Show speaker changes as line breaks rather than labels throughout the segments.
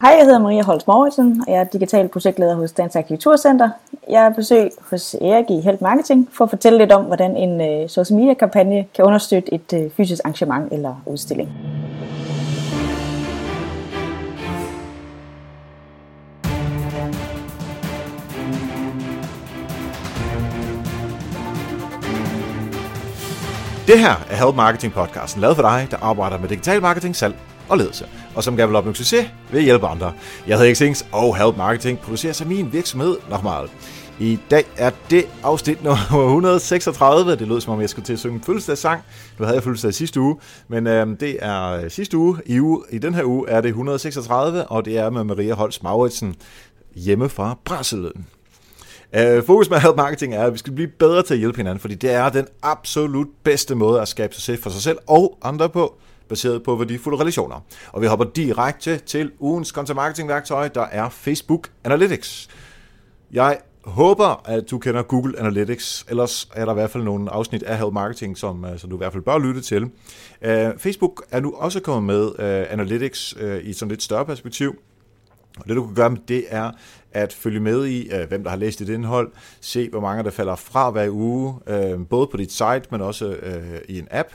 Hej, jeg hedder Maria Holst Mouritsen, og jeg er digital projektleder hos Dansk Arkitekturcenter. Jeg er besøg hos Erik i Help Marketing for at fortælle lidt om, hvordan en social media kampagne kan understøtte et fysisk arrangement eller udstilling.
Det her er Help Marketing podcasten, lavet for dig, der arbejder med digital marketing, salg og ledelse, og som gerne vil opnå succes ved at hjælpe andre. Jeg hedder Xings, og Help Marketing producerer sig min virksomhed Nochmal. I dag er det afsnit nummer 136. Det lød som om jeg skulle til at synge en fødselsdagssang. Nu havde jeg fødselsdag sidste uge, men det er sidste uge. I den her uge er det 136, og det er med Maria Holst Mouritsen hjemme fra Brasilien. Fokus med Help Marketing er, at vi skal blive bedre til at hjælpe hinanden, fordi det er den absolut bedste måde at skabe succes for sig selv og andre på, baseret på værdifulde relationer. Og vi hopper direkte til ugens content marketing værktøj, der er Facebook Analytics. Jeg håber, at du kender Google Analytics, ellers er der i hvert fald nogle afsnit af Help Marketing, som du i hvert fald bør lytte til. Facebook er nu også kommet med Analytics i sådan lidt større perspektiv. Og det du kan gøre med det er at følge med i, hvem der har læst dit indhold, se hvor mange der falder fra hver uge, både på dit site, men også i en app.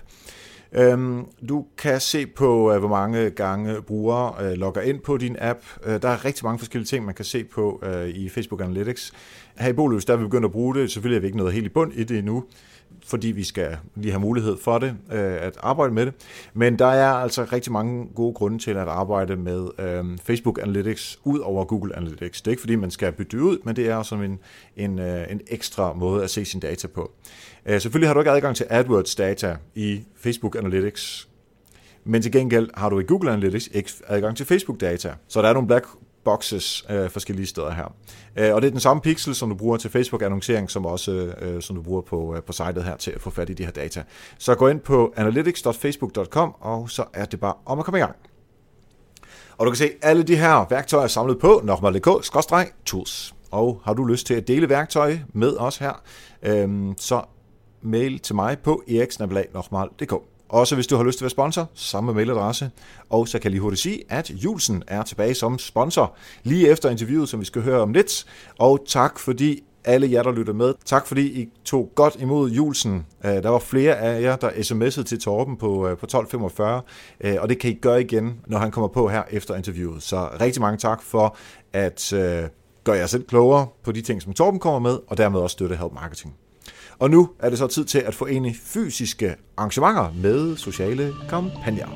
Du kan se på, hvor mange gange brugere logger ind på din app. Der er rigtig mange forskellige ting, man kan se på i Facebook Analytics. Her i Boløs, der er vi begyndt at bruge det. Selvfølgelig er vi ikke noget helt i bund i det endnu, fordi vi skal lige have mulighed for det, at arbejde med det. Men der er altså rigtig mange gode grunde til at arbejde med Facebook Analytics ud over Google Analytics. Det er ikke fordi, man skal bytte ud, men det er som en ekstra måde at se sin data på. Selvfølgelig har du ikke adgang til AdWords data i Facebook Analytics, men til gengæld har du i Google Analytics ikke adgang til Facebook data. Så der er nogle black boxes forskellige steder her. Og det er den samme pixel, som du bruger til Facebook-annoncering, som også som du bruger på sitet her til at få fat i de her data. Så gå ind på analytics.facebook.com, og så er det bare om at komme i gang. Og du kan se alle de her værktøjer samlet på nochmal.dk/tools. Og har du lyst til at dele værktøj med os her, så mail til mig på eriksnabelag.nochmal.dk. Også hvis du har lyst til at være sponsor, samme mailadresse. Og så kan jeg lige hurtigt sige, at Julesen er tilbage som sponsor lige efter interviewet, som vi skal høre om lidt. Og tak fordi alle jer, der lytter med. Tak fordi I tog godt imod Julesen. Der var flere af jer, der sms'ede til Torben på 1245, og det kan I gøre igen, når han kommer på her efter interviewet. Så rigtig mange tak for at gøre jer selv klogere på de ting, som Torben kommer med, og dermed også støtte Help Marketing. Og nu er det så tid til at forene fysiske arrangementer med sociale kampagner.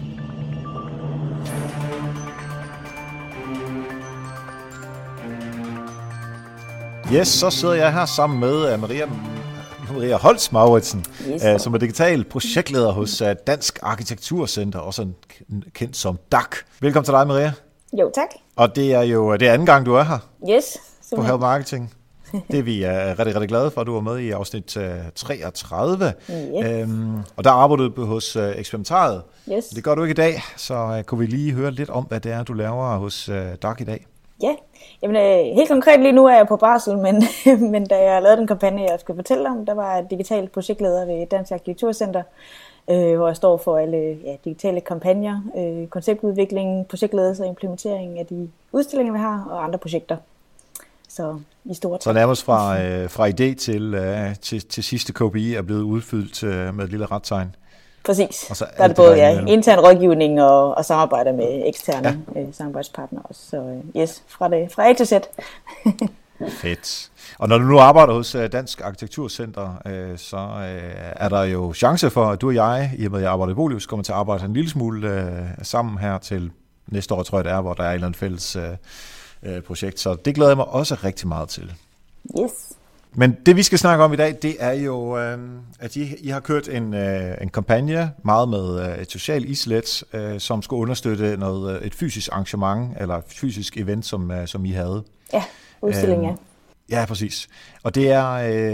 Yes, så sidder jeg her sammen med Maria Holst Mouritsen, som er digital projektleder hos Dansk Arkitekturcenter, også kendt som DAC. Velkommen til dig, Maria.
Jo, tak.
Og det er jo det anden gang, du er her.
Yes.
På Help Marketing. Det vi er rigtig, rigtig glade for, at du var med i afsnit 33. Yes. Og der arbejdede du hos Eksperimentaret.
Yes.
Det gør du ikke i dag, så kunne vi lige høre lidt om, hvad det er, du laver hos DAC i dag.
Ja, jamen, helt konkret lige nu er jeg på barsel, men da jeg lavede den kampagne, jeg skal fortælle om, der var jeg digital projektleder ved Dansk Arkitekturcenter, hvor jeg står for alle digitale kampagner, konceptudvikling, projektledelse og implementering af de udstillinger, vi har, og andre projekter. Så i store
så nærmest fra idé til sidste KPI er blevet udfyldt med et lille rettegn.
Præcis. Der er det både intern rådgivning og samarbejde med eksterne samarbejdspartnere også. Så yes, fra A til Z.
Fedt. Og når du nu arbejder hos Dansk Arkitekturcenter, så er der jo chance for, at du og jeg, i og med at jeg arbejder i Boløs, kommer til at arbejde en lille smule sammen her til næste år, tror jeg det er, hvor der er et eller andet fælles projekt. Så det glæder jeg mig også rigtig meget til.
Yes.
Men det vi skal snakke om i dag, det er jo, at I har kørt en kampagne meget med et socialt islet, som skulle understøtte et fysisk arrangement, eller et fysisk event, som I havde.
Ja, udstilling, ja.
Ja, præcis. Og det er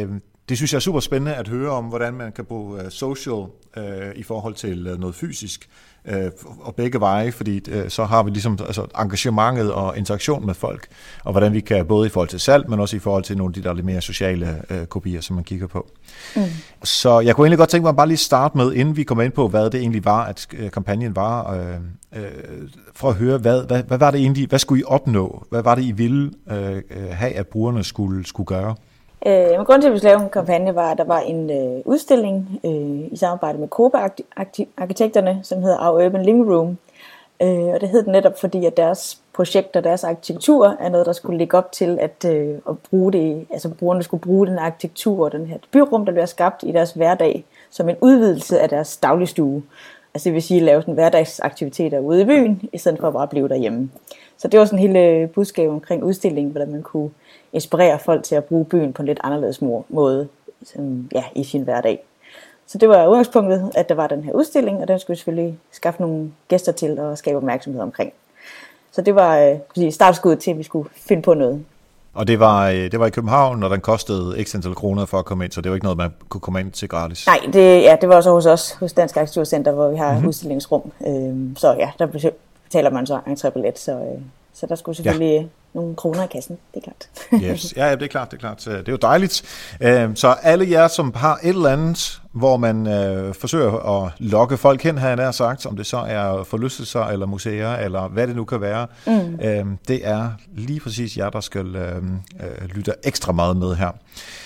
Det synes jeg er super spændende at høre om, hvordan man kan bruge social i forhold til noget fysisk, og begge veje, fordi så har vi ligesom engagementet og interaktion med folk, og hvordan vi kan både i forhold til salg, men også i forhold til nogle af de der lidt mere sociale kopier, som man kigger på. Så jeg kunne egentlig godt tænke mig bare lige starte med, inden vi kommer ind på, hvad det egentlig var, at kampagnen var, for at høre, hvad var det egentlig, hvad skulle I opnå? Hvad var det, I ville have, at brugerne skulle gøre?
Grunden til, at vi lavede en kampagne, var, at der var en udstilling i samarbejde med Coop-arkitekterne, som hedder Our Urban Living Room. Og det hed den netop, fordi at deres projekter, deres arkitektur, er noget, der skulle ligge op til at bruge det, altså brugerne skulle bruge den arkitektur og den her byrum, der bliver skabt i deres hverdag, som en udvidelse af deres dagligstue. Altså det vil sige at lave sådan hverdagsaktiviteter ude i byen, i stedet for at bare blive derhjemme. Så det var sådan hele budskabet omkring udstillingen, hvordan man kunne inspirere folk til at bruge byen på en lidt anderledes måde i sin hverdag. Så det var udgangspunktet, at der var den her udstilling, og den skulle selvfølgelig skaffe nogle gæster til og skabe opmærksomhed omkring. Så det var startskuddet til, at vi skulle finde på noget.
Og det var i København, og den kostede x antal kroner for at komme ind, så det var ikke noget, man kunne komme ind til gratis?
Nej, det var også hos os, hos Dansk Arkitekturcenter, hvor vi har udstillingsrum. Så ja, der betaler man så entrébillet, så der skulle selvfølgelig nogle kroner i kassen, det er klart.
Yes. Ja, det er klart. Det er jo dejligt. Så alle jer, som har et eller andet, hvor man forsøger at lokke folk hen, har jeg nær sagt, om det så er forlystelser eller museer, eller hvad det nu kan være, det er lige præcis jer, der skal lytte ekstra meget med her.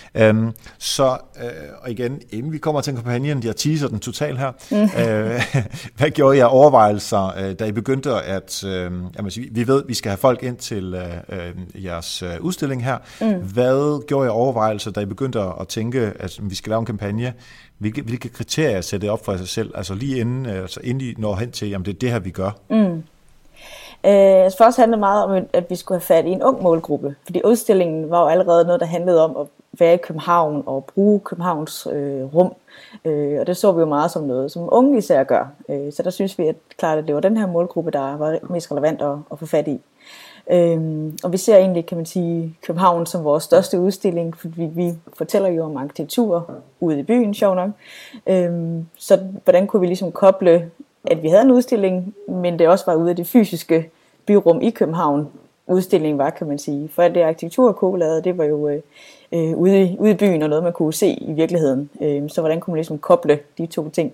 Og igen, inden vi kommer til kampagnen, jeg teaser den totalt her, hvad gjorde I af overvejelser, da I begyndte at, vi ved, at vi skal have folk ind til jeres udstilling her. Hvad gjorde I af overvejelser, da I begyndte at tænke, at vi skal lave en kampagne? Hvilke kriterier sætter I op for jer selv, altså lige inden I når hen til, jamen det er det her, vi gør?
For os handlede meget om, at vi skulle have fat i en ung målgruppe, fordi udstillingen var jo allerede noget, der handlede om at være i København og bruge Københavns rum, og det så vi jo meget som noget, som unge især gør. Så der synes vi at klart, at det var den her målgruppe, der var mest relevant at få fat i. Og vi ser egentlig, kan man sige, København som vores største udstilling, fordi vi fortæller jo om arkitektur ude i byen, sjov nok. Så hvordan kunne vi ligesom koble, at vi havde en udstilling, men det også var ude af det fysiske byrum i København, udstillingen var, kan man sige. For det arkitektur, Coop lavede, det var jo ude i byen og noget, man kunne se i virkeligheden. Så hvordan kunne man ligesom koble de to ting?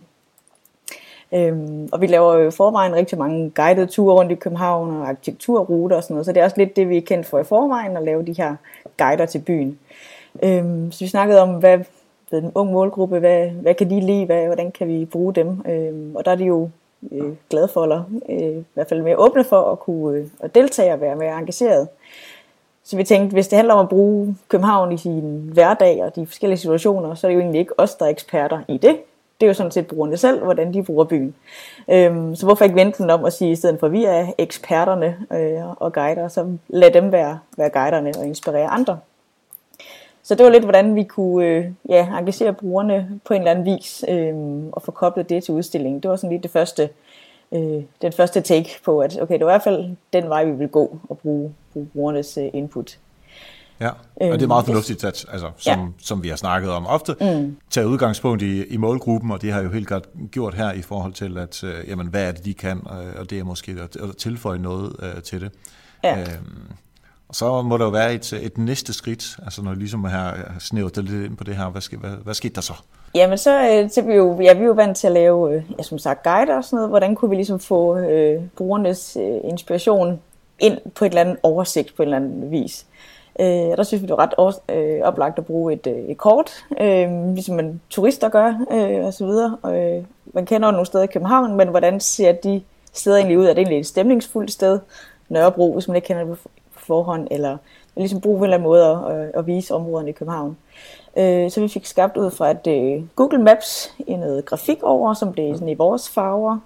Og vi laver jo i forvejen rigtig mange guidede ture rundt i København og arkitekturruter og sådan noget, så det er også lidt det, vi er kendt for i forvejen, at lave de her guider til byen. Så vi snakkede om, hvad den unge målgruppe, hvad kan de lide, hvordan kan vi bruge dem, og der er de jo glade for, eller i hvert fald mere åbne for at kunne at deltage og være mere engageret. Så vi tænkte, hvis det handler om at bruge København i sin hverdag og de forskellige situationer, så er det jo egentlig ikke os, der er eksperter i det. Det er jo sådan set brugerne selv, hvordan de bruger byen. Så hvorfor ikke vente den om at sige, i stedet for at vi er eksperterne og guider, så lad dem være guiderne og inspirere andre. Så det var lidt, hvordan vi kunne engagere brugerne på en eller anden vis og få koblet det til udstillingen. Det var sådan lidt den første take på, at okay, det var i hvert fald den vej, vi ville gå og bruge brugernes input.
Ja, og det er meget fornuftigt, at, som vi har snakket om ofte, tage udgangspunkt i målgruppen, og det har jo helt klart gjort her i forhold til, at hvad er det, de kan, og det er måske at tilføje noget til det. Ja. Og så må der jo være et næste skridt, altså når vi ligesom har snævret lidt ind på det her, hvad skete der så? Jamen
så vi er vi jo vant til at lave, som sagt, guider og sådan noget. Hvordan kunne vi ligesom få brugernes inspiration ind på et eller andet oversigt på en eller anden vis? Der synes vi, det var ret oplagt at bruge et kort, ligesom en turister gør, og så videre. Man kender jo nogle steder i København, men hvordan ser de steder egentlig ud? Er det egentlig et stemningsfuldt sted? Nørrebro, hvis man ikke kender det på forhånd, eller ligesom bruge på en eller anden måde at vise områderne i København. Så vi fik skabt ud fra et Google Maps i noget grafik over, som blev sådan i vores farver.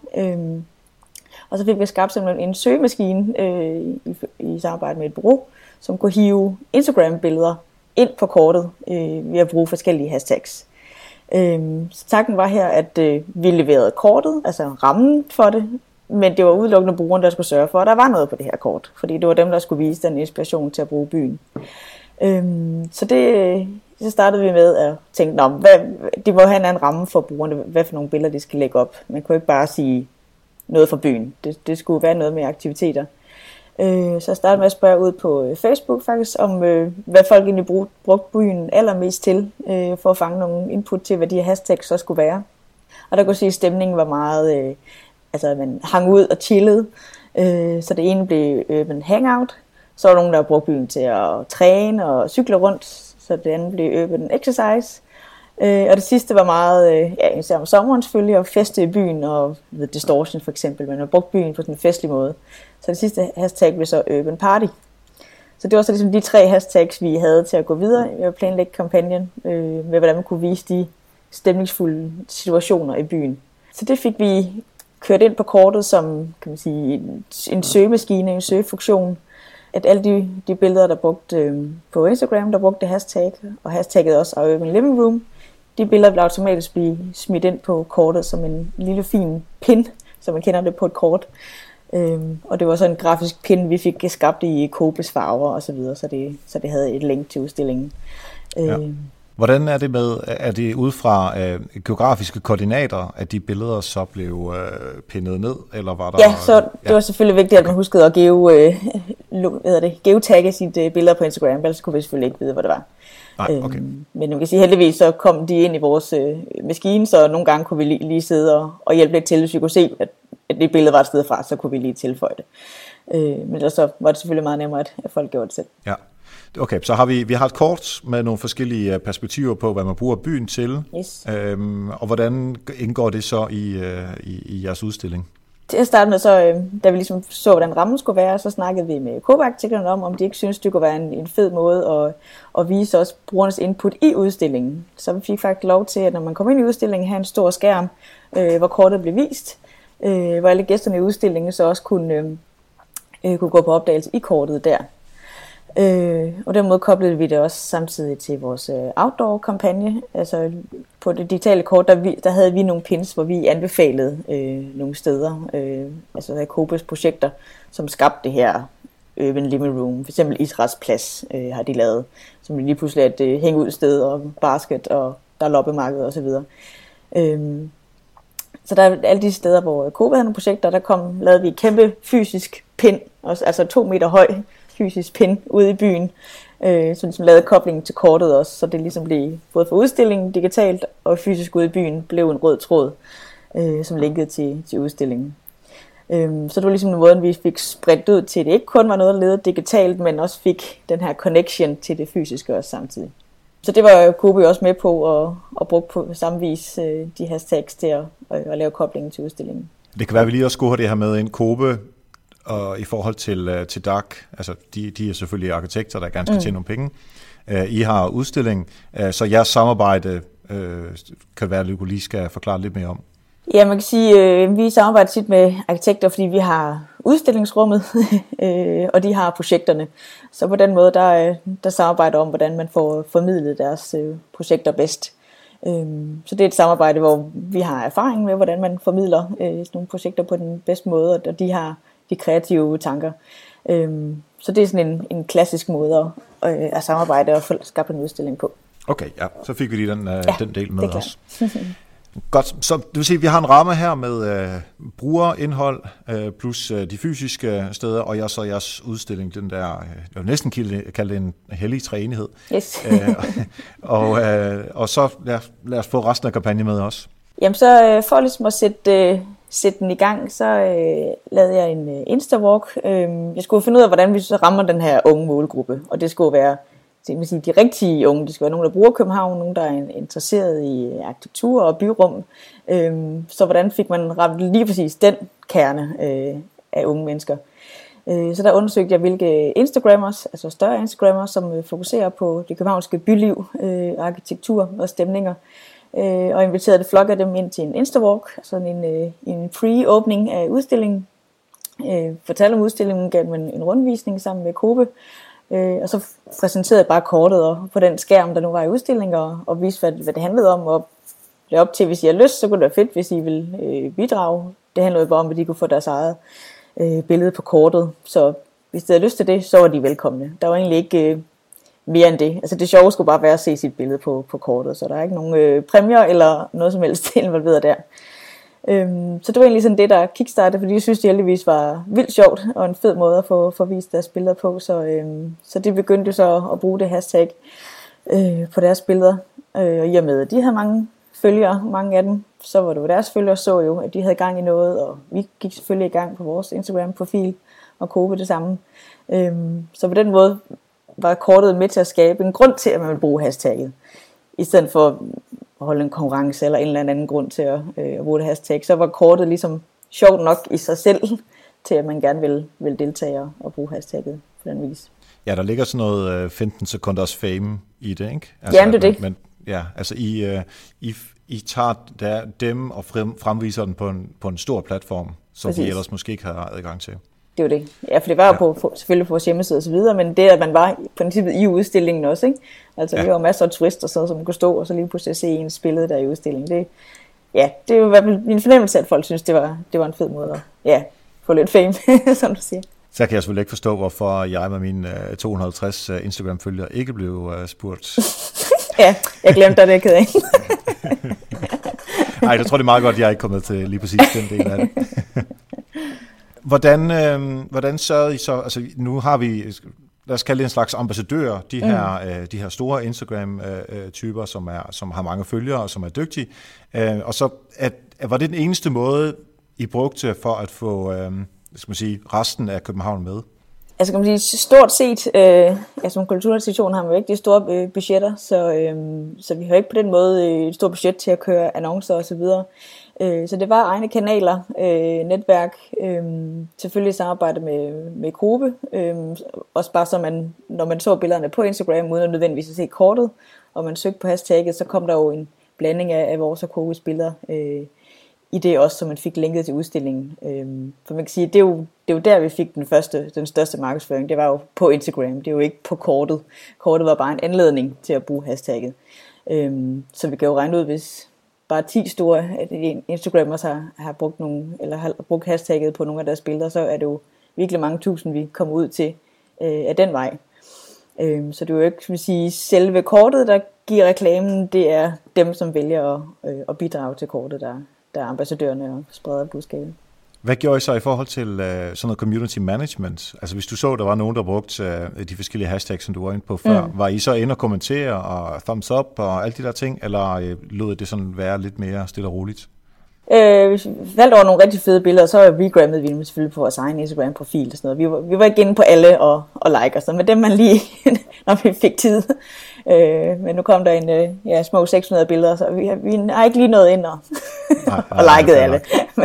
Og så fik vi skabt simpelthen en søgemaskine i samarbejde med et bureau, som kunne hive Instagram-billeder ind på kortet ved at bruge forskellige hashtags. Så tanken var her, at vi leverede kortet, altså rammen for det, men det var udelukkende brugeren, der skulle sørge for, at der var noget på det her kort, fordi det var dem, der skulle vise den inspiration til at bruge byen. Så Så startede vi med at tænke, de må have en ramme for brugerne, hvad for nogle billeder de skal lægge op. Man kunne ikke bare sige noget fra byen. Det skulle være noget med aktiviteter. Så jeg startede med at spørge ud på Facebook faktisk, om hvad folk egentlig brugte byen allermest til, for at fange nogle input til, hvad de her hashtags så skulle være. Og der kunne sige, at stemningen var meget, man hang ud og chillede. Så det ene blev urban hangout. Så var der nogen, der brugte byen til at træne og cykle rundt. Så det andet blev urban exercise. Og det sidste var meget, især om sommeren selvfølgelig, og feste i byen, og distortion for eksempel. Man har brugt byen på sådan en festlig måde. Så det sidste hashtag blev så urban party. Så det var så ligesom de 3 hashtags, vi havde til at gå videre og planlægge kampagnen, med hvordan man kunne vise de stemningsfulde situationer i byen. Så det fik vi kørt ind på kortet som, kan man sige, en søgemaskine, en søgefunktion. At alle de billeder, der brugte på Instagram, der brugte hashtag, og hashtagget også af Urban Living Room, de billeder ville automatisk blive smidt ind på kortet som en lille fin pin, som man kender det på et kort. Og det var så en grafisk pin, vi fik skabt i Cobes farver og så videre, så det havde et link til udstillingen.
Ja. Hvordan er det med, er det ud fra geografiske koordinater, at de billeder så blev pinnet ned, eller var der?
Ja, så det var selvfølgelig vigtigt, at man huskede at geotagge sit billeder på Instagram, ellers kunne vi selvfølgelig ikke vide, hvor det var.
Nej, okay.
Men man kan sige, heldigvis så kom de ind i vores maskine, så nogle gange kunne vi lige sidde og hjælpe lidt til, hvis vi kunne se, at det billede var et sted fra, så kunne vi lige tilføje det. Men ellers så var det selvfølgelig meget nemmere, at folk gjorde det selv. Ja.
Okay, så har vi har et kort med nogle forskellige perspektiver på, hvad man bruger byen til.
Yes.
Og hvordan indgår det så i jeres udstilling?
Til at starte med, så da vi ligesom så, hvordan rammen skulle være, så snakkede vi med Cobe-arkitekterne om de ikke synes, det kunne være en fed måde at vise os brugernes input i udstillingen. Så vi fik faktisk lov til, at når man kom ind i udstillingen, have en stor skærm, hvor kortet blev vist, hvor alle gæsterne i udstillingen så også kunne gå på opdagelse i kortet der. Og den måde koblede vi det også samtidig til vores outdoor-kampagne. Altså på det digitale kort, der havde vi nogle pins, hvor vi anbefalede nogle steder, altså der Cobes projekter, som skabte det her Urban Living Room. For eksempel Idrætsplads har de lavet, som lige pludselig er et hængeud-sted, og basket, og der er loppemarked osv. Så der er alle de steder, hvor Cobe havde nogle projekter, lavede vi et kæmpe fysisk pin, altså 2 meter høj fysisk pin ude i byen, som ligesom lavede koblingen til kortet også, så det ligesom blev både for udstillingen digitalt og fysisk ude i byen blev en rød tråd, som linkede til udstillingen. Så det var ligesom en måde, vi fik spredt ud til, det ikke kun var noget, der levede digitalt, men også fik den her connection til det fysiske også samtidig. Så det var Cobe også med på at bruge på samme vis de hashtags til at lave koblingen til udstillingen.
Det kan være, at vi lige også skulle have det her med en Cobe, og i forhold til DAC, altså de er selvfølgelig arkitekter, der gerne skal tjene nogle penge. I har udstilling, så jeres samarbejde kan være, at du lige skal forklare lidt mere om.
Ja, man kan sige, at vi samarbejder tit med arkitekter, fordi vi har udstillingsrummet, og de har projekterne. Så på den måde, der samarbejder om, hvordan man får formidlet deres projekter bedst. Så det er et samarbejde, hvor vi har erfaring med, hvordan man formidler sådan nogle projekter på den bedste måde, og de har de kreative tanker. Så det er sådan en klassisk måde at samarbejde og få skabt en udstilling på.
Okay, ja, så fik vi lige den del med os. Godt, så det vil sige, at vi har en ramme her med brugerindhold plus de fysiske steder, og jeres udstilling, den der, jeg vil næsten kalde det en hellig treenighed.
Yes.
Og så lad os få resten af kampagnen med også.
Jamen så for ligesom at sætte den i gang, så lavede jeg en Insta-walk. Jeg skulle finde ud af, hvordan vi så rammer den her unge målgruppe, og det skulle være de rigtige unge. Det skal være nogen, der bruger København, nogen, der er interesseret i arkitektur og byrum. Så hvordan fik man ramt lige præcis den kerne af unge mennesker? Så der undersøgte jeg, hvilke Instagrammers, altså større Instagrammers, som fokuserer på det københavnske byliv, arkitektur og stemninger, og inviterede flok af dem ind til en Insta-walk, altså en pre-åbning af udstillingen. Fortalte om udstillingen, gav dem en rundvisning sammen med Cobe, og så præsenterede jeg bare kortet på den skærm, der nu var i udstillingen, og viste, hvad det handlede om, og lagde op til, hvis I har lyst, så kunne det være fedt, hvis I vil bidrage. Det handlede bare om, at de kunne få deres eget billede på kortet, så hvis de havde lyst til det, så var de velkomne. Der var egentlig ikke mere end det. Altså det sjove skulle bare være at se sit billede på kortet, så der er ikke nogen præmier eller noget som helst involveret der. Så det var egentlig sådan det, der kickstartede, fordi jeg synes, det heldigvis var vildt sjovt, og en fed måde at få vist deres billeder på, så det begyndte jo så at bruge det hashtag på deres billeder, og i og med, at de havde mange følgere, mange af dem, så var det jo deres følgere så jo, at de havde gang i noget, og vi gik selvfølgelig i gang på vores Instagram-profil, og Kobe det samme. Så på den måde var kortet med til at skabe en grund til, at man ville bruge hashtagget, i stedet for at holde en konkurrence eller en eller anden grund til at bruge det hashtag, så var kortet ligesom sjovt nok i sig selv, til at man gerne vil deltage og bruge hashtagget på den vis.
Ja, der ligger sådan noget 15 sekunders fame i det, ikke? Altså,
jamen det er det.
Ja, altså I tager dem og fremviser den på en stor platform, som
præcis.
de ellers måske ikke har adgang til.
Det var det. Ja, for det var jo selvfølgelig på vores hjemmeside og så videre, men det, at man var i princippet i udstillingen også, ikke? Altså, vi var masser af turister, som kunne stå og så lige pludselig se ens billede der i udstillingen. Det er jo i hvert fald min fornemmelse, at folk synes, det var en fed måde at få lidt fame, som du siger.
Så kan jeg selvfølgelig ikke forstå, hvorfor jeg med mine 250 Instagram-følgere ikke blev spurgt.
Ja, jeg glemte det, jeg ked af.
Nej, jeg tror, det er meget godt, at jeg ikke er kommet til lige præcis den del af det. Hvordan sørgede I så, altså nu har vi, lad os kalde det en slags ambassadører, de her store Instagram-typer, som har mange følgere og som er dygtige, og så var det den eneste måde, I brugte for at få resten af København med?
Altså kan man sige, stort set, som kulturinstitution har man jo ikke de store budgetter, så vi har ikke på den måde et stort budget til at køre annoncer og så videre. Så det var egne kanaler, netværk, selvfølgelig samarbejde med Kobe, også bare så man, når man så billederne på Instagram, uden at nødvendigvis at se kortet, og man søgte på hashtagget, så kom der jo en blanding af vores og Kobes billeder i det også, så man fik linket til udstillingen. For man kan sige, det er jo der, vi fik den største markedsføring. Det var jo på Instagram, det er jo ikke på kortet. Kortet var bare en anledning til at bruge hashtagget. Så vi kan jo regne ud, hvis bare 10 store Instagrammers har brugt har brugt hashtagget på nogle af deres billeder, så er det jo virkelig mange tusind, vi kommer ud til af den vej. Så det er jo ikke, skal vi sige, selve kortet, der giver reklamen, det er dem, som vælger at bidrage til kortet, der er ambassadørerne og spreder budskabet.
Hvad gjorde I så i forhold til sådan noget community management? Altså hvis du så, der var nogen, der brugte de forskellige hashtags, som du var inde på før, var I så inde og kommentere og thumbs up og alle de der ting, eller lod det sådan være lidt mere stille og roligt?
Hvis vi faldt over nogle rigtig fede billeder, så regrammede vi dem selvfølgelig på vores egen Instagram-profil og sådan noget. Vi var ikke inde på alle og like og sådan, men dem man lige, når vi fik tid. Men nu kom der små 600 billeder, så vi har ikke lige nået ind og liket alle.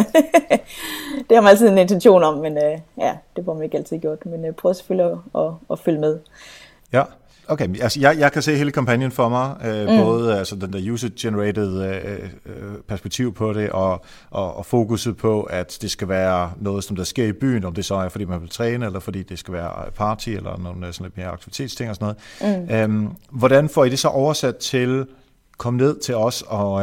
Det har man altid en intention om, men det får man ikke altid gjort. Men prøv selvfølgelig at følge med.
Ja. Okay, altså jeg kan se hele kampagnen for mig, både altså den der user-generated perspektiv på det, og fokuset på, at det skal være noget, som der sker i byen, om det så er, fordi man vil træne, eller fordi det skal være party, eller nogle sådan lidt mere aktivitetsting og sådan noget. Hvordan får I det så oversat til, kom ned til os og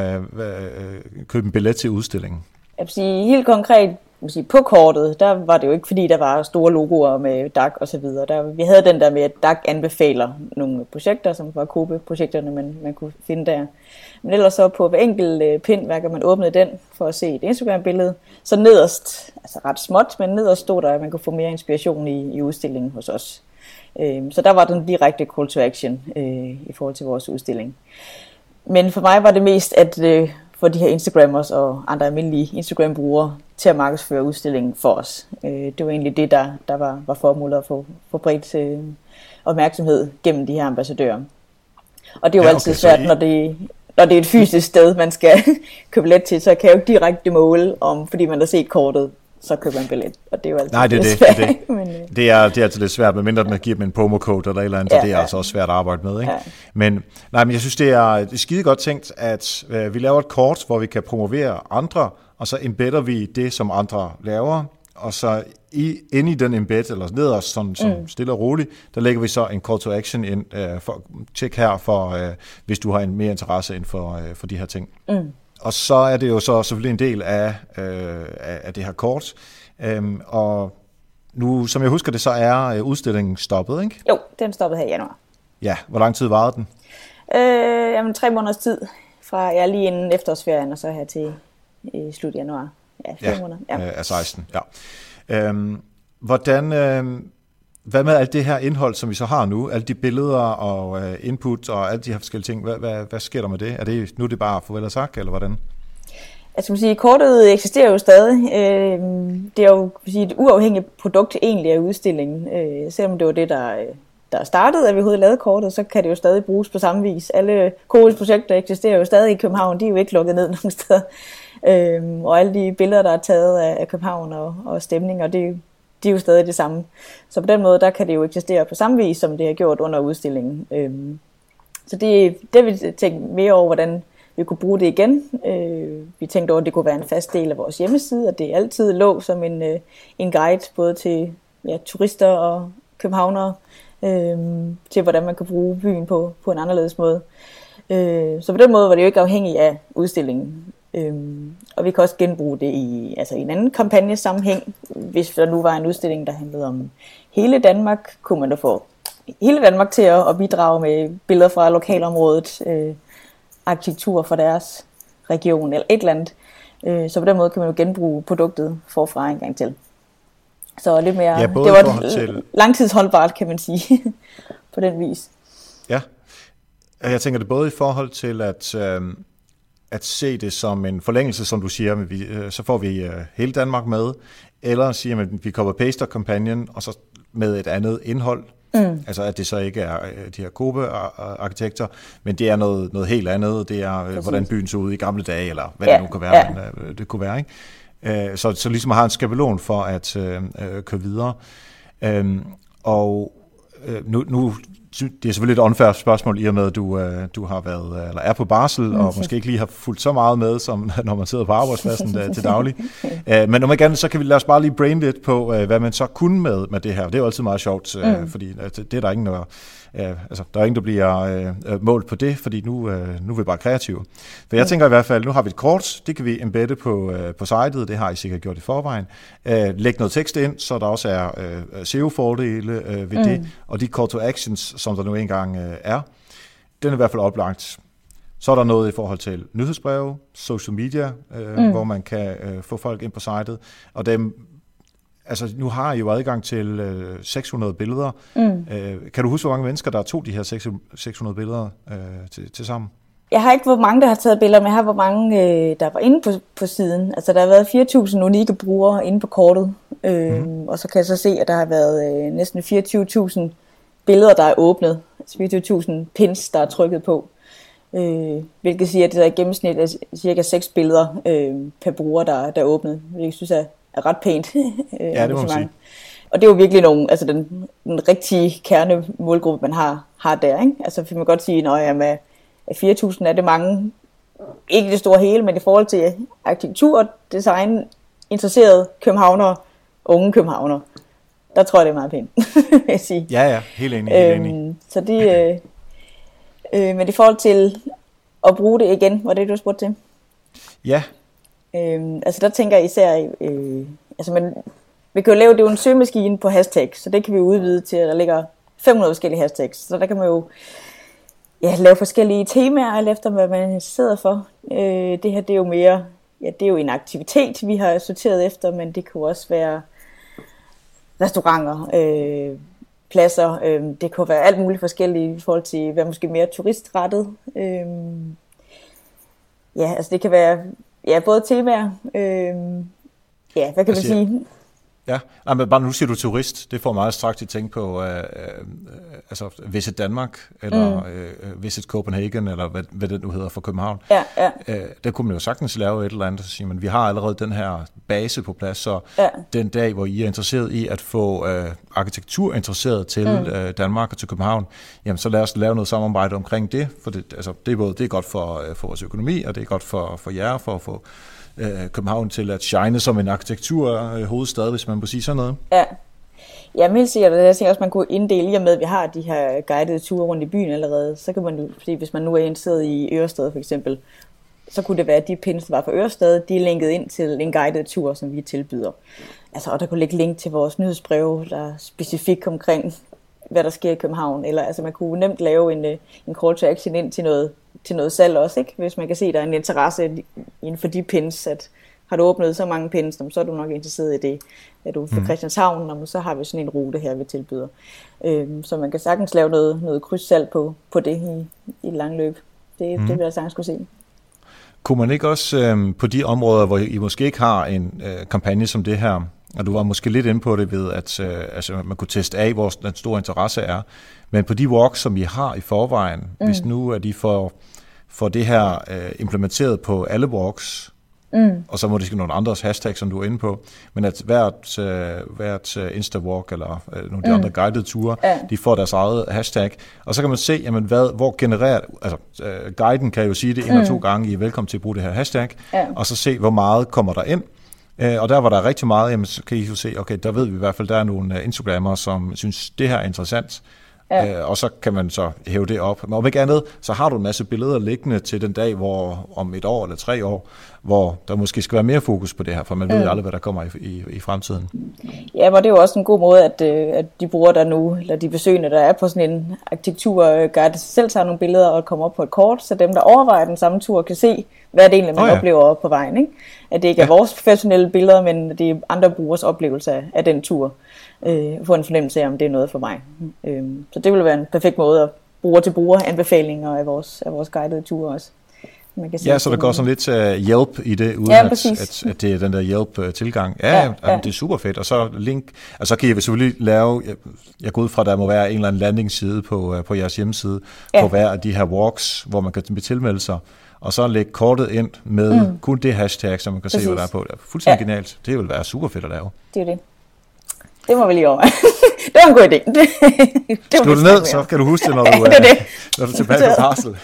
købe en billet til udstillingen?
Jeg vil sige, helt konkret, på kortet, der var det jo ikke, fordi der var store logoer med DAC og så videre. Vi havde den der med, at DAC anbefaler nogle projekter, som var Kobe-projekterne, man kunne finde der. Men ellers så på hver enkelt pind, hver gang man åbnede den for at se et Instagram-billede, så nederst, altså ret småt, men nederst stod der, at man kunne få mere inspiration i udstillingen hos os. Så der var den direkte call to action i forhold til vores udstilling. Men for mig var det mest, at for de her Instagrammers og andre almindelige Instagram-brugere til at markedsføre udstillingen for os. Det var egentlig det, der var formålet at få bredt opmærksomhed gennem de her ambassadører. Og det er jo altid svært, når det er et fysisk sted, man skal købe billet til, så kan jeg jo ikke direkte måle om, fordi man har set kortet, så køber man billet. Og det er jo altid svært.
Det er altid lidt svært, medmindre man giver dem en promocode eller et eller andet, det er altså også svært at arbejde med. Ikke? Ja. Men jeg synes, det er skide godt tænkt, at vi laver et kort, hvor vi kan promovere andre, og så embedder vi det, som andre laver, og så inde i den embed, eller nederst, sådan stille og roligt, der lægger vi så en call to action ind, tjek her, for hvis du har en mere interesse inden for de her ting. Og så er det jo så selvfølgelig en del af det her kort, og nu, som jeg husker det, så er udstillingen stoppet, ikke?
Jo, den stoppede her i januar.
Ja, hvor lang tid varede den?
Jamen 3 måneders tid, fra lige inden efterårsferien og så her til slut januar. Ja, 4 måneder. Ja,
af 16, ja. Hvad med alt det her indhold, som vi så har nu? Alle de billeder og input og alle de her forskellige ting. Hvad sker der med det? Nu er det bare farvel og tak, eller hvordan?
Altså, man sige, kortet eksisterer jo stadig. Det er jo et uafhængigt produkt egentlig af udstillingen. Selvom det var det, der startede, at vi overhovedet lavede kortet, så kan det jo stadig bruges på samme vis. Alle Coris projekter eksisterer jo stadig i København. De er jo ikke lukket ned nogen steder. Og alle de billeder, der er taget af København og stemninger, de er jo stadig det samme. Så på den måde, der kan det jo eksistere på samme vis, som det har gjort under udstillingen. Så det vi tænkt mere over, hvordan vi kunne bruge det igen. Vi tænkte over, at det kunne være en fast del af vores hjemmeside, at det altid lå som en guide, både til turister og københavnere, til hvordan man kan bruge byen på en anderledes måde. Så på den måde var det jo ikke afhængigt af udstillingen. Og vi kan også genbruge det i en anden kampagnesammenhæng. Hvis der nu var en udstilling, der handlede om hele Danmark, kunne man da få hele Danmark til at bidrage med billeder fra lokalområdet, arkitektur fra deres region eller et eller andet. Så på den måde kan man jo genbruge produktet forfra en gang til. Så lidt mere, det var langtidsholdbart, kan man sige, på den vis.
Ja, jeg tænker det både i forhold til at se det som en forlængelse, som du siger, så får vi hele Danmark med, eller siger man, at vi copy-paster kampagnen, og så med et andet indhold. Altså at det så ikke er de her Cope-arkitekter, men det er noget helt andet. Det er, hvordan byen så ud i gamle dage, eller hvad det nu kan være, men det kunne være, ikke? Så ligesom at have en skabelon for at køre videre. Nu det er selvfølgelig et unfair spørgsmål, i og med, at du har været, eller er på barsel, og måske ikke lige har fulgt så meget med, som når man sidder på arbejdspladsen til daglig. Men når man gerne, så kan vi lade os bare lige brain lidt på, hvad man så kunne med det her. Det er jo altid meget sjovt, fordi det er der ingen, der er ingen, der bliver målt på det, fordi nu er vi bare kreative. For jeg tænker i hvert fald, nu har vi et kort, det kan vi embedde på sitet, det har I sikkert gjort i forvejen. Læg noget tekst ind, så der også er SEO-fordele ved det, og de call to actions, som der nu engang er, den er i hvert fald oplagt. Så er der noget i forhold til nyhedsbreve, social media, hvor man kan få folk ind på sitet, og dem. Altså, nu har I jo adgang til 600 billeder. Kan du huske, hvor mange mennesker, der tog de her 600 billeder til sammen?
Jeg har ikke, hvor mange, der har taget billeder, men jeg har, hvor mange, der var inde på siden. Altså, der har været 4.000 unikke brugere inde på kortet. Og så kan jeg så se, at der har været næsten 24.000 billeder, der er åbnet. Altså 24.000 pins, der er trykket på. Hvilket siger, at det er i gennemsnit er cirka 6 billeder per bruger, der er åbnet. Hvilket jeg synes er ret pænt.
Ja, det må man sige.
Og det er jo virkelig den rigtige kernemålgruppe, man har der, ikke? Altså, vil man godt sige, at 4.000 er det mange, ikke det store hele, men i forhold til arkitektur og design, interesserede københavnere, unge københavnere, der tror jeg, det er meget pænt, vil jeg sige.
Ja, helt enig.
Så det, men i forhold til at bruge det igen, var det, du spurgte til?
Ja.
Altså der tænker jeg især, vi kan jo lave, det er jo en søgemaskine på hashtags, så det kan vi udvide til, at der ligger 500 forskellige hashtags, så der kan man jo lave forskellige temaer, alt efter hvad man sidder for. Det her, det er jo mere, det er jo en aktivitet, vi har sorteret efter, men det kunne også være restauranter, pladser, det kunne være alt muligt forskelligt i forhold til at være måske mere turistrettet. Altså det kan være både temaer, hvad kan man sige?
Ja, men bare nu siger du turist, det får meget straks at tænke på Visit Danmark, eller Visit Copenhagen, eller hvad det nu hedder for København.
Ja.
Der kunne man jo sagtens lave et eller andet, så siger man, vi har allerede den her base på plads, så den dag, hvor I er interesseret i at få arkitektur interesseret til Danmark og til København, jamen så lad os lave noget samarbejde omkring det, for det er godt for vores økonomi, og det er godt for jer, for at få København til at shine som en arkitekturhovedstad, hvis man må sige sådan noget. Ja.
Jamen helt sikkert, jeg tænker også, man kunne inddele i og med, at vi har de her guidede ture rundt i byen allerede, så kan man jo, fordi hvis man nu er interesseret i Ørestad for eksempel, så kunne det være, at de pins, der var for Ørestad, de er linket ind til en guided tur, som vi tilbyder. Altså, og der kunne ligge link til vores nyhedsbreve, der er specifikt omkring hvad der sker i København. Eller altså man kunne nemt lave en call to action ind til noget salg også, ikke? Hvis man kan se, at der er en interesse inden for de pins, at har du åbnet så mange pins, så er du nok interesseret i det. Er du fra Christianshavn, så har vi sådan en rute her, vi tilbyder. Så man kan sagtens lave noget krydssalg på det i lang løb. Det vil jeg sagtens kunne se.
Kunne man ikke også på de områder, hvor I måske ikke har en kampagne som det her, og du var måske lidt inde på det ved, at man kunne teste af, hvor den store interesse er, men på de walks, som I har i forvejen, hvis nu at I får det her implementeret på alle walks, og så må det ske nogle andres hashtags, som du er inde på, men at hvert Insta-walk eller nogle af de andre guidede ture, de får deres eget hashtag, og så kan man se, jamen, hvor genererer, altså guiden kan jo sige det 1 eller 2 gange, I er velkommen til at bruge det her hashtag, og så se, hvor meget kommer der ind. Og der var der rigtig meget, jamen, så kan I jo se, okay, der ved vi i hvert fald, der er nogle Instagrammer, som synes, det her er interessant, og så kan man så hæve det op. Men om ikke andet, så har du en masse billeder liggende til den dag, hvor om 1 år eller 3 år, hvor der måske skal være mere fokus på det her, for man ved jo aldrig, hvad der kommer i fremtiden. Ja,
men det er jo også en god måde, at de brugere der nu, eller de besøgende, der er på sådan en arkitekturguide, selv tager nogle billeder og kommer op på et kort, så dem, der overvejer den samme tur, kan se, hvad det egentlig man oplever på vejen, ikke? At det ikke er vores professionelle billeder, men det er andre brugers oplevelse af den tur. Få en fornemmelse af, om det er noget for mig. Så det vil være en perfekt måde at bruger anbefalinger af vores guidede ture også. Man kan
så der går sådan lidt hjælp i det, uden at det er den der hjælp-tilgang. Det er super fedt. Og så link, og så kan I selvfølgelig lave, jeg går ud fra, der må være en eller anden landingsside på jeres hjemmeside, på hver af de her walks, hvor man kan tilmelde sig, og så lægge kortet ind med kun det hashtag, så man kan se, hvad der er på. Det er fuldstændig genialt. Det vil være super fedt at lave.
Det er det. Det må vi lige over. Det var en god idé.
Skriv det ned, så kan du huske det, når du er tilbage på barsel.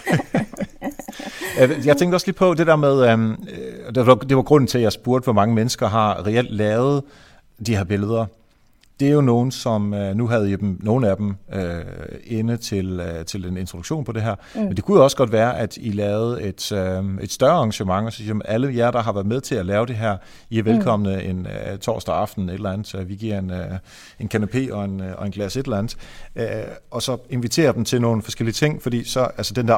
Jeg tænkte også lige på det der med, det var grunden til, at jeg spurgte, hvor mange mennesker har reelt lavet de her billeder. Det er jo nogen, som nu havde I nogle af dem inde til en introduktion på det her. Men det kunne også godt være, at I lavede et større arrangement, og så siger alle jer, der har været med til at lave det her, I er velkomne en torsdag aften et eller andet, så vi giver en kanapé og en glas et eller andet, og så inviterer dem til nogle forskellige ting, fordi så altså den der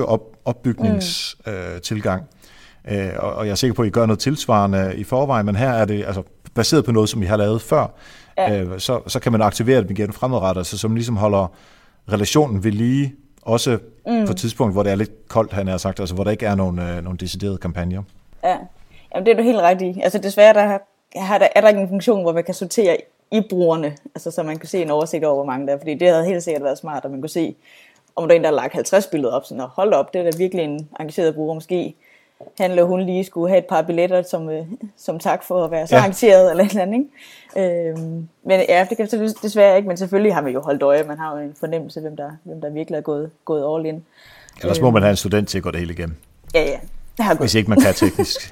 ambassadør-opbygningstilgang, og jeg er sikker på, at I gør noget tilsvarende i forvejen, men her er det altså baseret på noget, som I har lavet før. Så kan man aktivere dem igen fremadrettet, så som ligesom holder relationen ved lige, også på et tidspunkt, hvor det er lidt koldt, han har sagt, altså hvor der ikke er nogle deciderede kampagner.
Ja, jamen, det er du helt ret i. Altså desværre, er der ikke en funktion, hvor man kan sortere i brugerne, altså så man kan se en oversigt over, hvor mange der er, fordi det havde helt sikkert været smart, at man kunne se, om der er en, der har lagt 50 billeder op, sådan, og hold op, det er da virkelig en engageret bruger, måske han eller hun lige skulle have et par billetter som tak for at være så arrangeret eller et eller andet, ikke? Men ja, det kan desværre ikke, men selvfølgelig har man jo holdt øje, man har jo en fornemmelse, hvem der virkelig er gået all in.
Ellers må man have en student til at gå det hele igennem.
Ja.
Hvis ikke man kan teknisk.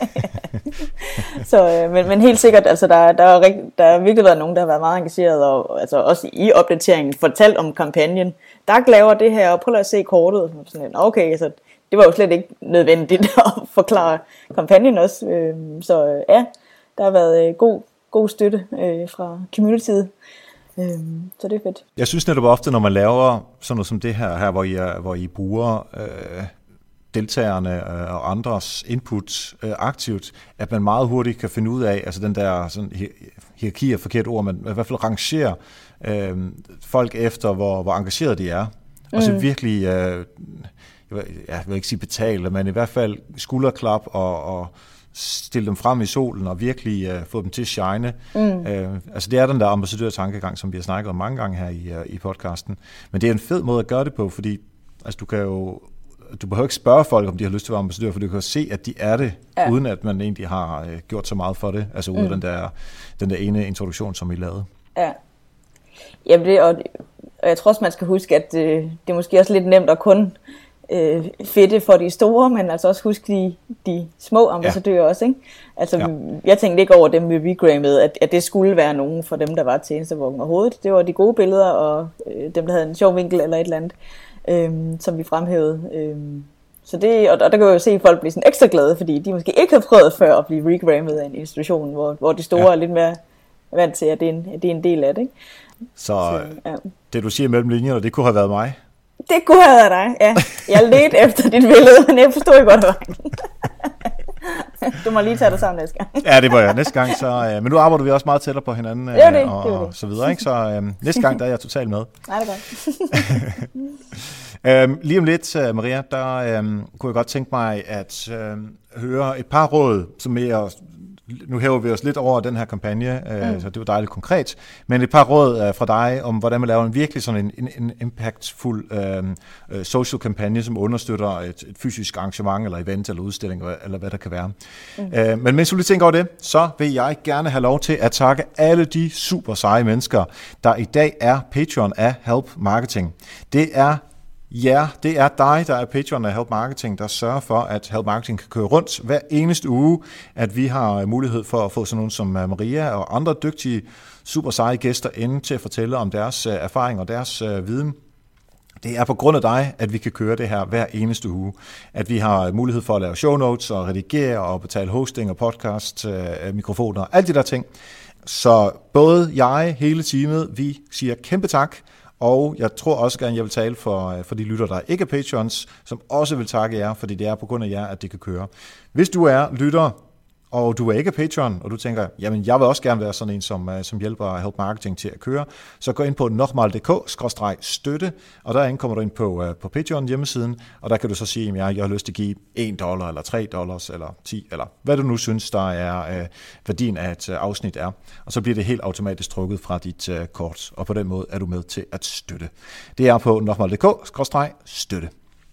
Så, men helt sikkert, altså der har virkelig været nogen, der har været meget engageret, og altså også i opdateringen fortalt om kampagnen. Der laver det her, og prøv at se kortet. Sådan, okay, altså det var jo slet ikke nødvendigt at forklare kampagnen også. Så ja, der har været god støtte fra communityet. Så det er fedt.
Jeg synes netop ofte, når man laver sådan noget som det her hvor I bruger deltagerne og andres input aktivt, at man meget hurtigt kan finde ud af, altså den der sådan, hierarki er forkert ord, men i hvert fald rangerer folk efter, hvor engagerede de er. Og så virkelig, jeg vil ikke sige betale, men i hvert fald skulderklap og stille dem frem i solen og virkelig få dem til at shine. Altså det er den der ambassadør-tankegang, som vi har snakket om mange gange her i podcasten. Men det er en fed måde at gøre det på, fordi altså, du behøver ikke spørge folk, om de har lyst til at være ambassadør, for du kan se, at de er det, uden at man egentlig har gjort så meget for det. Altså ud af den der ene introduktion, som I lavede. Ja.
Jamen og jeg tror også, man skal huske, at det er måske også lidt nemt at kun fedte for de store, men altså også huske de små ambassadører også, ikke? Altså, jeg tænkte ikke over dem, vi regrammede, at det skulle være nogen for dem, der var tjenestevogn overhovedet. Det var de gode billeder, og dem, der havde en sjov vinkel eller et eller andet, som vi fremhævede. Så det, og der kan jeg jo se, at folk bliver sådan ekstra glade, fordi de måske ikke har prøvet før at blive regrammet af en institution, hvor de store er lidt mere vant til, at det er en del af det. Ikke?
Så det, du siger mellem linjerne, det kunne have været mig?
Det kunne have været dig, ja. Jeg ledte efter dit billede, men jeg forstod ikke, hvor det var. Du må lige tage dig sammen næste gang.
Ja, det var jeg næste gang. Så, men nu arbejder vi også meget tættere på hinanden og så videre. Ikke? Så næste gang, der er jeg totalt med.
Nej, det er godt.
Lige om lidt, Maria, der kunne jeg godt tænke mig at høre et par råd, som mere... Nu hæver vi os lidt over den her kampagne, så det var dejligt konkret, men et par råd fra dig om, hvordan man laver en virkelig sådan en impactful social kampagne, som understøtter et fysisk arrangement, eller event, eller udstilling, eller hvad der kan være. Men mens du lige tænker over det, så vil jeg gerne have lov til at takke alle de super seje mennesker, der i dag er Patreon af Help Marketing. Det er dig, der er Patreon af Help Marketing, der sørger for, at Help Marketing kan køre rundt hver eneste uge, at vi har mulighed for at få sådan nogen som Maria og andre dygtige, super seje gæster inde til at fortælle om deres erfaring og deres viden. Det er på grund af dig, at vi kan køre det her hver eneste uge. At vi har mulighed for at lave show notes og redigere og betale hosting og podcast, mikrofoner og alt de der ting. Så både jeg, hele teamet, vi siger kæmpe tak. Og jeg tror også gerne, jeg vil tale for de lytter, der ikke er Patreons, som også vil takke jer, fordi det er på grund af jer, at det kan køre. Hvis du er lytter, og du er ikke Patreon, og du tænker, jamen jeg vil også gerne være sådan en, som hjælper Help Marketing til at køre, så gå ind på nokmal.dk/støtte, og derinde kommer du ind på Patreon hjemmesiden, og der kan du så sige, at jeg har lyst til at give $1, eller $3, eller 10, eller hvad du nu synes, der er værdien af et afsnit er. Og så bliver det helt automatisk trukket fra dit kort, og på den måde er du med til at støtte. Det er på nokmal.dk/støtte.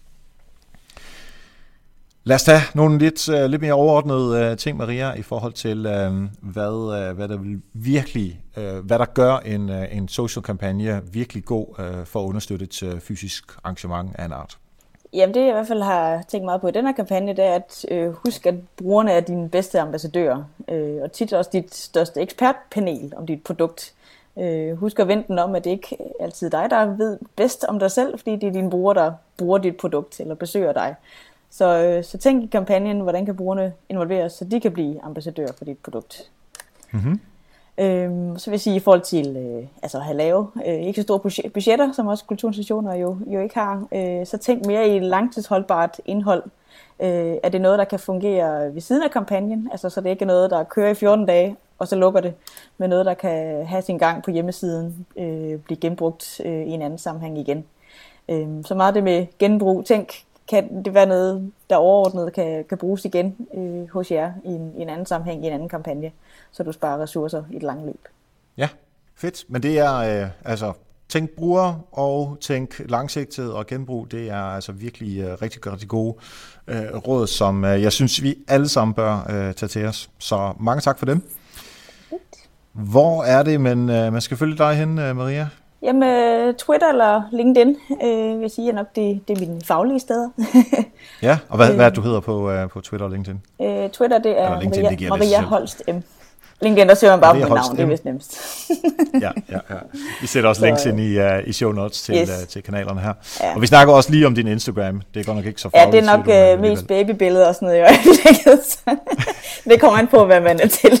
Lad os tage nogle lidt mere overordnede ting, Maria, i forhold til, hvad der vil virkelig, hvad der gør en social kampagne virkelig god for at understøtte et fysisk arrangement af en art.
Jamen det, jeg i hvert fald har tænkt meget på i den her kampagne, det er at husk, at brugerne er dine bedste ambassadører, og tit også dit største ekspertpanel om dit produkt. Husk at vende den om, at det ikke altid er dig, der ved bedst om dig selv, fordi det er dine brugere, der bruger dit produkt eller besøger dig. Så tænk i kampagnen, hvordan kan brugerne involveres, så de kan blive ambassadører for dit produkt. Mm-hmm. Så vil jeg sige, i forhold til at have lave, ikke så store budgetter, som også kulturinstitutioner jo ikke har, så tænk mere i langtidsholdbart indhold. Er det noget, der kan fungere ved siden af kampagnen, så det ikke er noget, der kører i 14 dage, og så lukker det, men noget, der kan have sin gang på hjemmesiden, blive genbrugt i en anden sammenhæng igen. Så meget det med genbrug. Tænk, kan det være noget, der overordnet kan bruges igen hos jer i en anden sammenhæng, i en anden kampagne, så du sparer ressourcer i et langt løb. Ja,
fedt. Men det er tænk bruger og tænk langsigtet og genbrug. Det er altså virkelig rigtig, rigtig gode råd, som jeg synes, vi alle sammen bør tage til os. Så mange tak for dem. Fedt. Hvor er det, man skal følge dig hen, Maria?
Jamen, Twitter eller LinkedIn, vil jeg sige, er nok det er mine faglige steder.
Ja, og hvad er det, du hedder på Twitter og LinkedIn?
Twitter, det er Maria Holst M. LinkedIn, der søger man bare på mit navn, det er vist nemmest.
Ja. Vi sætter også links ind i show notes til kanalerne her. Ja. Og vi snakker også lige om din Instagram. Det er godt nok ikke så fagligt.
Ja, det er nok mest babybilleder og sådan noget i øjeblikket. Det kommer an på, hvad man er til.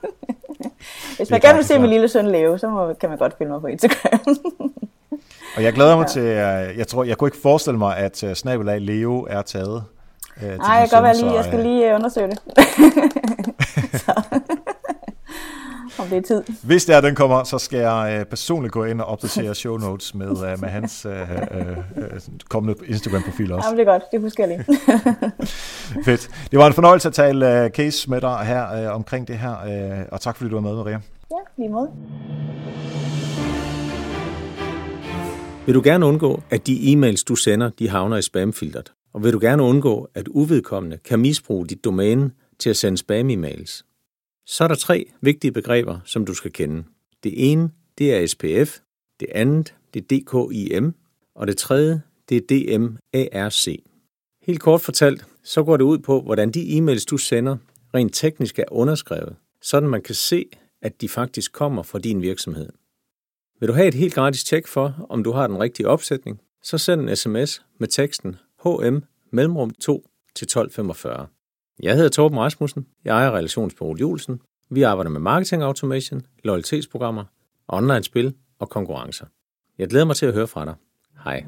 Hvis man gerne vil se min lille søn leve, så kan man godt følge mig på Instagram.
Og jeg glæder mig til, jeg kunne ikke forestille mig, at @ Leo er taget.
Nej, jeg kan godt være lige, jeg skal lige undersøge det. Om det er tid.
Hvis det er, den kommer, så skal jeg personligt gå ind og opdatere show notes med hans kommende Instagram-profil også.
Jamen, det er godt, det husker jeg lige.
Fedt. Det var en fornøjelse at tale case med dig her omkring det her, og tak fordi du var med, Maria.
Ja, lige måde.
Vil du gerne undgå, at de e-mails, du sender, de havner i spamfilteret? Og vil du gerne undgå, at uvedkommende kan misbruge dit domæne til at sende spam-e-mails? Så er der 3 vigtige begreber, som du skal kende. Det ene, det er SPF. Det andet, det er DKIM. Og det tredje, det er DMARC. Helt kort fortalt, så går det ud på, hvordan de e-mails, du sender, rent teknisk er underskrevet, sådan man kan se, at de faktisk kommer fra din virksomhed. Vil du have et helt gratis tjek for, om du har den rigtige opsætning, så send en sms med teksten HM2 til 1245. Jeg hedder Torben Rasmussen, jeg ejer Relationsbureauet Julesen. Vi arbejder med marketing automation, loyalitetsprogrammer, online-spil og konkurrencer. Jeg glæder mig til at høre fra dig. Hej.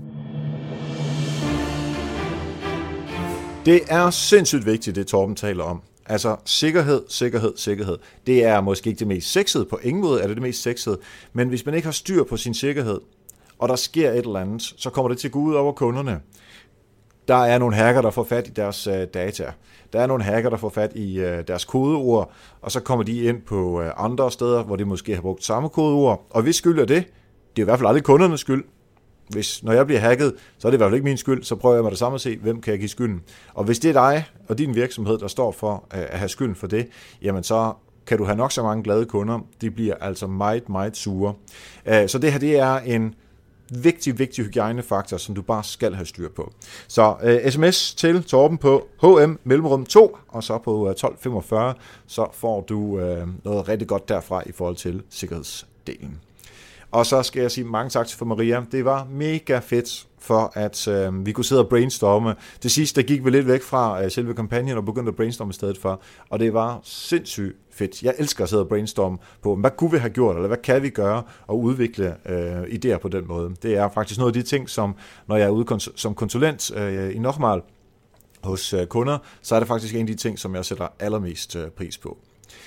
Det er sindssygt vigtigt, det Torben taler om. Altså sikkerhed. Det er måske ikke det mest sexede, på ingen måde er det mest sexede, men hvis man ikke har styr på sin sikkerhed, og der sker et eller andet, så kommer det til at gå ud over kunderne. Der er nogle hacker, der får fat i deres data. Der er nogle hacker, der får fat i deres kodeord, og så kommer de ind på andre steder, hvor de måske har brugt samme kodeord. Og hvis skyld er det, det er i hvert fald aldrig kundernes skyld. Når jeg bliver hacket, så er det i hvert fald ikke min skyld, så prøver jeg mig det samme at se, hvem kan jeg give skylden. Og hvis det er dig og din virksomhed, der står for at have skylden for det, jamen så kan du have nok så mange glade kunder. De bliver altså meget sure. Så det her, det er en vigtig hygiejnefaktor, som du bare skal have styr på. Så sms til Torben på HM-2, og så på 1245, så får du noget rigtig godt derfra i forhold til sikkerhedsdelen. Og så skal jeg sige mange tak til Maria. Det var mega fedt, for at vi kunne sidde og brainstorme. Til sidst, der gik vi lidt væk fra selve kampagnen og begyndte at brainstorme i stedet for. Og det var sindssygt fedt. Jeg elsker at sidde og brainstorme på, hvad kunne vi have gjort, eller hvad kan vi gøre, og udvikle idéer på den måde. Det er faktisk noget af de ting, som når jeg er ude som konsulent i Nochmal hos kunder, så er det faktisk en af de ting, som jeg sætter allermest pris på.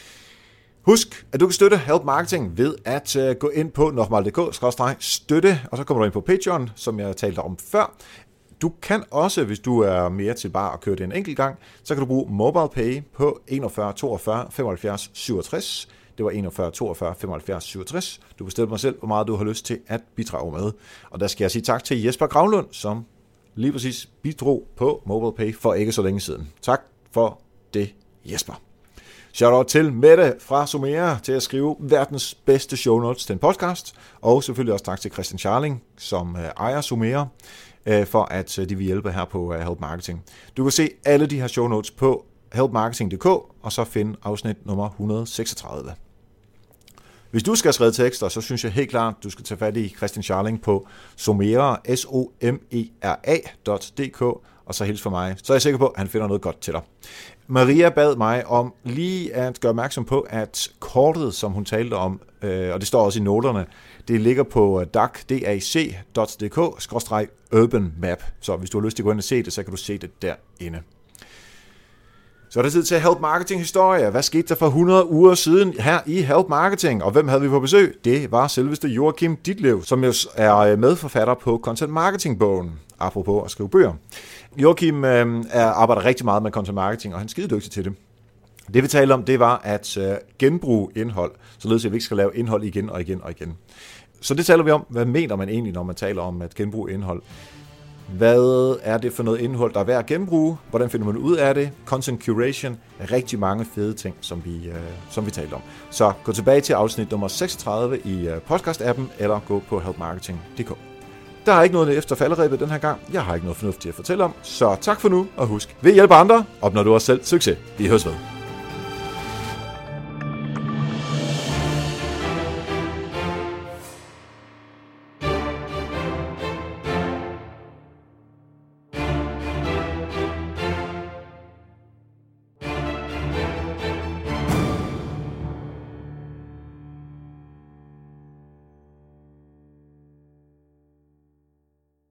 Husk, at du kan støtte Help Marketing ved at gå ind på nochmal.dk/støtte, og så kommer du ind på Patreon, som jeg talte om før. Du kan også, hvis du er mere til bare at køre det en enkelt gang, så kan du bruge MobilePay på 41 42 75 67. Det var 41 42 75 67. Du bestemmer mig selv, hvor meget du har lyst til at bidrage med. Og der skal jeg sige tak til Jesper Gravlund, som lige præcis bidrog på MobilePay for ikke så længe siden. Tak for det, Jesper. Shoutout til Mette fra Somera til at skrive verdens bedste show notes til en podcast. Og selvfølgelig også tak til Christian Scharling, som ejer Somera, for at de vil hjælpe her på Help Marketing. Du kan se alle de her show notes på helpmarketing.dk, og så finde afsnit nummer 136. Hvis du skal have skrevet tekster, så synes jeg helt klart, at du skal tage fat i Christian Scharling på Somera, somera.dk, og så hils for mig. Så er jeg sikker på, at han finder noget godt til dig. Maria bad mig om lige at gøre opmærksom på, at kortet, som hun talte om, og det står også i noterne, det ligger på dac.dk/urban map. Så hvis du har lyst til at gå ind og se det, så kan du se det derinde. Så er det tid til Help Marketing historie. Hvad skete der for 100 uger siden her i Help Marketing? Og hvem havde vi på besøg? Det var selveste Joachim Ditlev, som jo er medforfatter på Content Marketing-bogen, apropos at skrive bøger. Joachim arbejder rigtig meget med content marketing, og han er skide dygtig til det. Det vi talte om, det var at genbruge indhold, således at vi ikke skal lave indhold igen og igen. Så det taler vi om, hvad mener man egentlig, når man taler om at genbruge indhold? Hvad er det for noget indhold, der er værd at genbruge? Hvordan finder man ud af det? Content curation er rigtig mange fede ting, som vi talte om. Så gå tilbage til afsnit nummer 36 i podcast-appen, eller gå på helpmarketing.dk. Der er ikke noget efter falderebet den her gang. Jeg har ikke noget fornuftigt at fortælle om. Så tak for nu, og husk, ved at hjælpe andre, opnår du også selv succes. Vi høres ved.